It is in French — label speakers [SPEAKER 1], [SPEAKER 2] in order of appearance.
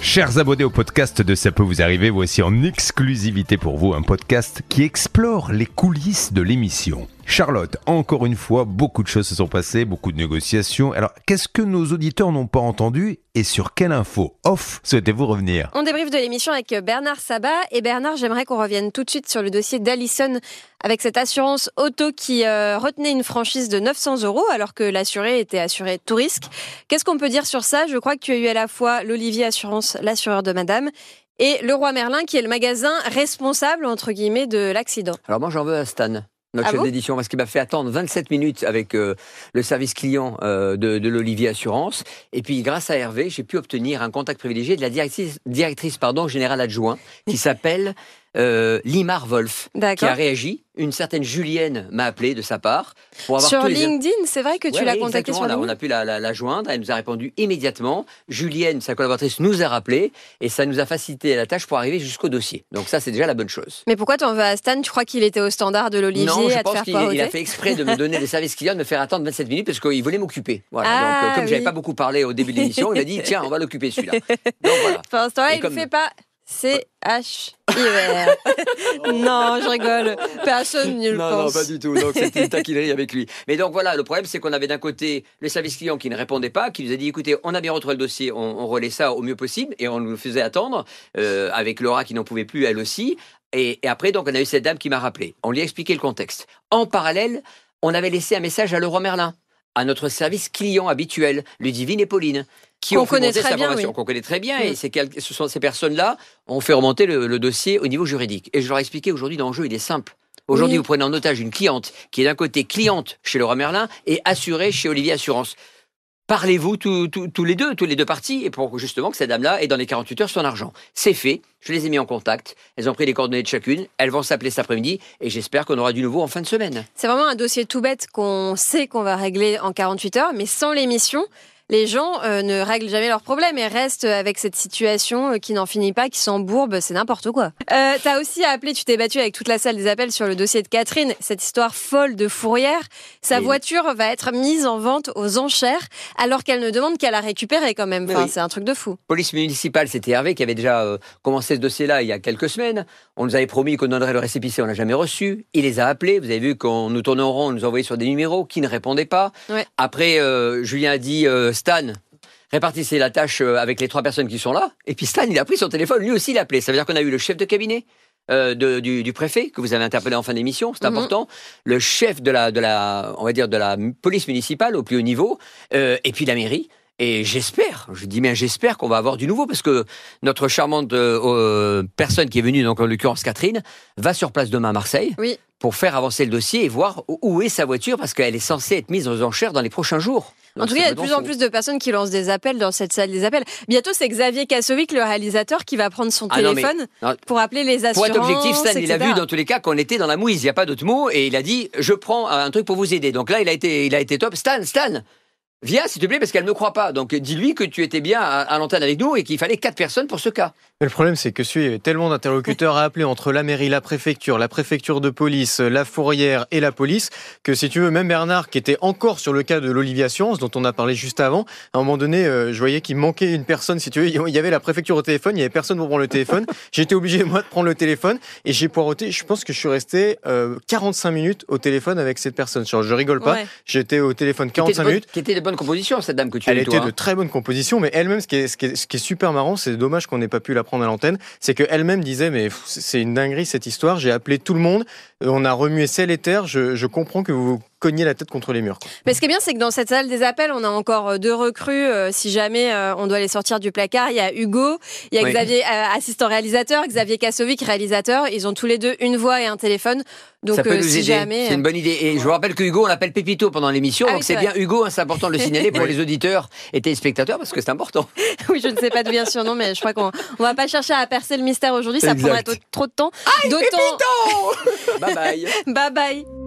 [SPEAKER 1] Chers abonnés au podcast de Ça peut vous arriver, voici en exclusivité pour vous un podcast qui explore les coulisses de l'émission. Charlotte, encore une fois, beaucoup de choses se sont passées, beaucoup de négociations. Alors, qu'est-ce que nos auditeurs n'ont pas entendu et sur quelle info off souhaitez-vous revenir ?
[SPEAKER 2] On débriefe de l'émission avec Bernard Sabat. Et Bernard, j'aimerais qu'on revienne tout de suite sur le dossier d'Alison avec cette assurance auto qui retenait une franchise de 900 € alors que l'assuré était assuré tout risque. Qu'est-ce qu'on peut dire sur ça ? Je crois que tu as eu à la fois l'Olivier Assurance, l'assureur de madame, et Leroy Merlin qui est le magasin responsable, entre guillemets, de l'accident.
[SPEAKER 3] Alors moi j'en veux à Stan, notre chef d'édition, parce qu'il m'a fait attendre 27 minutes avec le service client de l'Olivier Assurance. Et puis grâce à Hervé, j'ai pu obtenir un contact privilégié de la directrice générale adjointe qui s'appelle Limar Wolf, qui a réagi. Une certaine Julienne m'a appelé de sa part. Pour avoir
[SPEAKER 2] sur LinkedIn, c'est vrai que tu l'as contactée sur LinkedIn.
[SPEAKER 3] On a pu la joindre, elle nous a répondu immédiatement. Julienne, sa collaboratrice, nous a rappelé et ça nous a facilité la tâche pour arriver jusqu'au dossier. Donc ça, c'est déjà la bonne chose.
[SPEAKER 2] Mais pourquoi t'en veux à Stan ? Tu crois qu'il était au standard de l'Olivier ?
[SPEAKER 3] Non, je pense qu'il a fait exprès de me donner des services clients, de me faire attendre 27 minutes parce qu'il voulait m'occuper. Voilà. Donc comme j'avais pas beaucoup parlé au début de l'émission, il m'a dit tiens, on va l'occuper celui-là. Donc voilà.
[SPEAKER 2] Pour l'instant, il ne fait pas CHIR. Non, je rigole. Personne n'y le pense.
[SPEAKER 3] Non, pas du tout. Donc c'était une taquinerie avec lui. Mais donc voilà, le problème, c'est qu'on avait d'un côté le service client qui ne répondait pas, qui nous a dit écoutez, on a bien retrouvé le dossier, on relaie ça au mieux possible, et on nous faisait attendre, avec Laura qui n'en pouvait plus, elle aussi. Et après, donc, on a eu cette dame qui m'a rappelé. On lui a expliqué le contexte. En parallèle, on avait laissé un message à Leroy Merlin, à notre service client habituel, Ludivine et Pauline, qui ont fait remonter cette information, qu'on connaît très bien, et ce sont ces personnes-là ont fait remonter le dossier au niveau juridique. Et je leur ai expliqué aujourd'hui, dans le jeu, il est simple. Aujourd'hui, vous prenez en otage une cliente qui est d'un côté cliente chez Leroy Merlin et assurée chez Olivier Assurance. Parlez-vous tous les deux parties, et pour justement que cette dame-là ait dans les 48 heures son argent. C'est fait, je les ai mis en contact, elles ont pris les coordonnées de chacune, elles vont s'appeler cet après-midi, et j'espère qu'on aura du nouveau en fin de semaine.
[SPEAKER 2] C'est vraiment un dossier tout bête qu'on sait qu'on va régler en 48 heures, mais sans l'émission, les gens ne règlent jamais leurs problèmes et restent avec cette situation qui n'en finit pas, qui s'embourbe, c'est n'importe quoi. T'as aussi appelé, tu t'es battu avec toute la salle des appels sur le dossier de Catherine, cette histoire folle de Fourrière. Sa voiture va être mise en vente aux enchères alors qu'elle ne demande qu'à la récupérer quand même. Enfin, c'est un truc de fou.
[SPEAKER 3] Police municipale, c'était Hervé qui avait déjà commencé ce dossier-là il y a quelques semaines. On nous avait promis qu'on donnerait le récépissé, on l'a jamais reçu. Il les a appelés, vous avez vu qu'on nous tournait en rond, on nous envoyait sur des numéros qui ne répondaient pas. Ouais. Après, Julien a dit Stan, répartissez la tâche avec les 3 personnes qui sont là. Et puis Stan, il a pris son téléphone, lui aussi il a appelé. Ça veut dire qu'on a eu le chef de cabinet du préfet, que vous avez interpellé en fin d'émission, c'est important. Le chef de la police municipale au plus haut niveau, et puis la mairie. Et j'espère qu'on va avoir du nouveau, parce que notre charmante personne qui est venue, donc en l'occurrence Catherine, va sur place demain à Marseille. Oui. Pour faire avancer le dossier et voir où est sa voiture, parce qu'elle est censée être mise aux enchères dans les prochains jours. Donc,
[SPEAKER 2] en tout cas, il y a de plus en plus de personnes qui lancent des appels dans cette salle des appels. Bientôt, c'est Xavier Kassovic, le réalisateur, qui va prendre son téléphone pour appeler les assurances.
[SPEAKER 3] Pour être objectif, Stan, il a vu dans tous les cas qu'on était dans la mouise, il n'y a pas d'autre mot, et il a dit je prends un truc pour vous aider. Donc là, il a été top. Stan, viens, s'il te plaît, parce qu'elle ne me croit pas. Donc, dis-lui que tu étais bien à l'antenne avec nous et qu'il fallait 4 personnes pour ce cas.
[SPEAKER 4] Mais le problème, c'est que il y avait tellement d'interlocuteurs à appeler entre la mairie, la préfecture de police, la Fourrière et la police, que si tu veux, même Bernard, qui était encore sur le cas de l'Olivier Assurance, dont on a parlé juste avant, à un moment donné, je voyais qu'il manquait une personne, si tu veux. Il y avait la préfecture au téléphone, il y avait personne pour prendre le téléphone. J'étais obligé, moi, de prendre le téléphone et j'ai poireauté. Je pense que je suis resté 45 minutes au téléphone avec cette personne. Genre, je rigole pas. Ouais. J'étais au téléphone 45 minutes.
[SPEAKER 3] Qui était de bonne composition, cette dame que tu as.
[SPEAKER 4] Elle était de très bonne composition, mais elle-même, ce qui est super marrant, c'est dommage qu'on n'ait pas pu la prendre à l'antenne, c'est qu'elle-même disait mais c'est une dinguerie cette histoire, j'ai appelé tout le monde, on a remué ciel et terre, je comprends que vous cogner la tête contre les murs.
[SPEAKER 2] Mais ce qui est bien, c'est que dans cette salle des appels, on a encore 2 recrues. Si jamais on doit les sortir du placard, il y a Hugo, il y a Xavier, assistant réalisateur, Xavier Kassovic, réalisateur. Ils ont tous les deux une voix et un téléphone. Donc,
[SPEAKER 3] ça peut nous
[SPEAKER 2] si
[SPEAKER 3] aider.
[SPEAKER 2] jamais...
[SPEAKER 3] C'est une bonne idée. Et je vous rappelle que Hugo, on l'appelle Pépito pendant l'émission. Donc c'est bien Hugo, c'est important de le signaler pour les auditeurs et téléspectateurs parce que c'est important.
[SPEAKER 2] Oui, je ne sais pas d'où vient ce surnom, mais je crois qu'on va pas chercher à percer le mystère aujourd'hui. Ça prendrait trop de temps.
[SPEAKER 3] Aïe, Pépito. Bye bye.
[SPEAKER 2] Bye bye.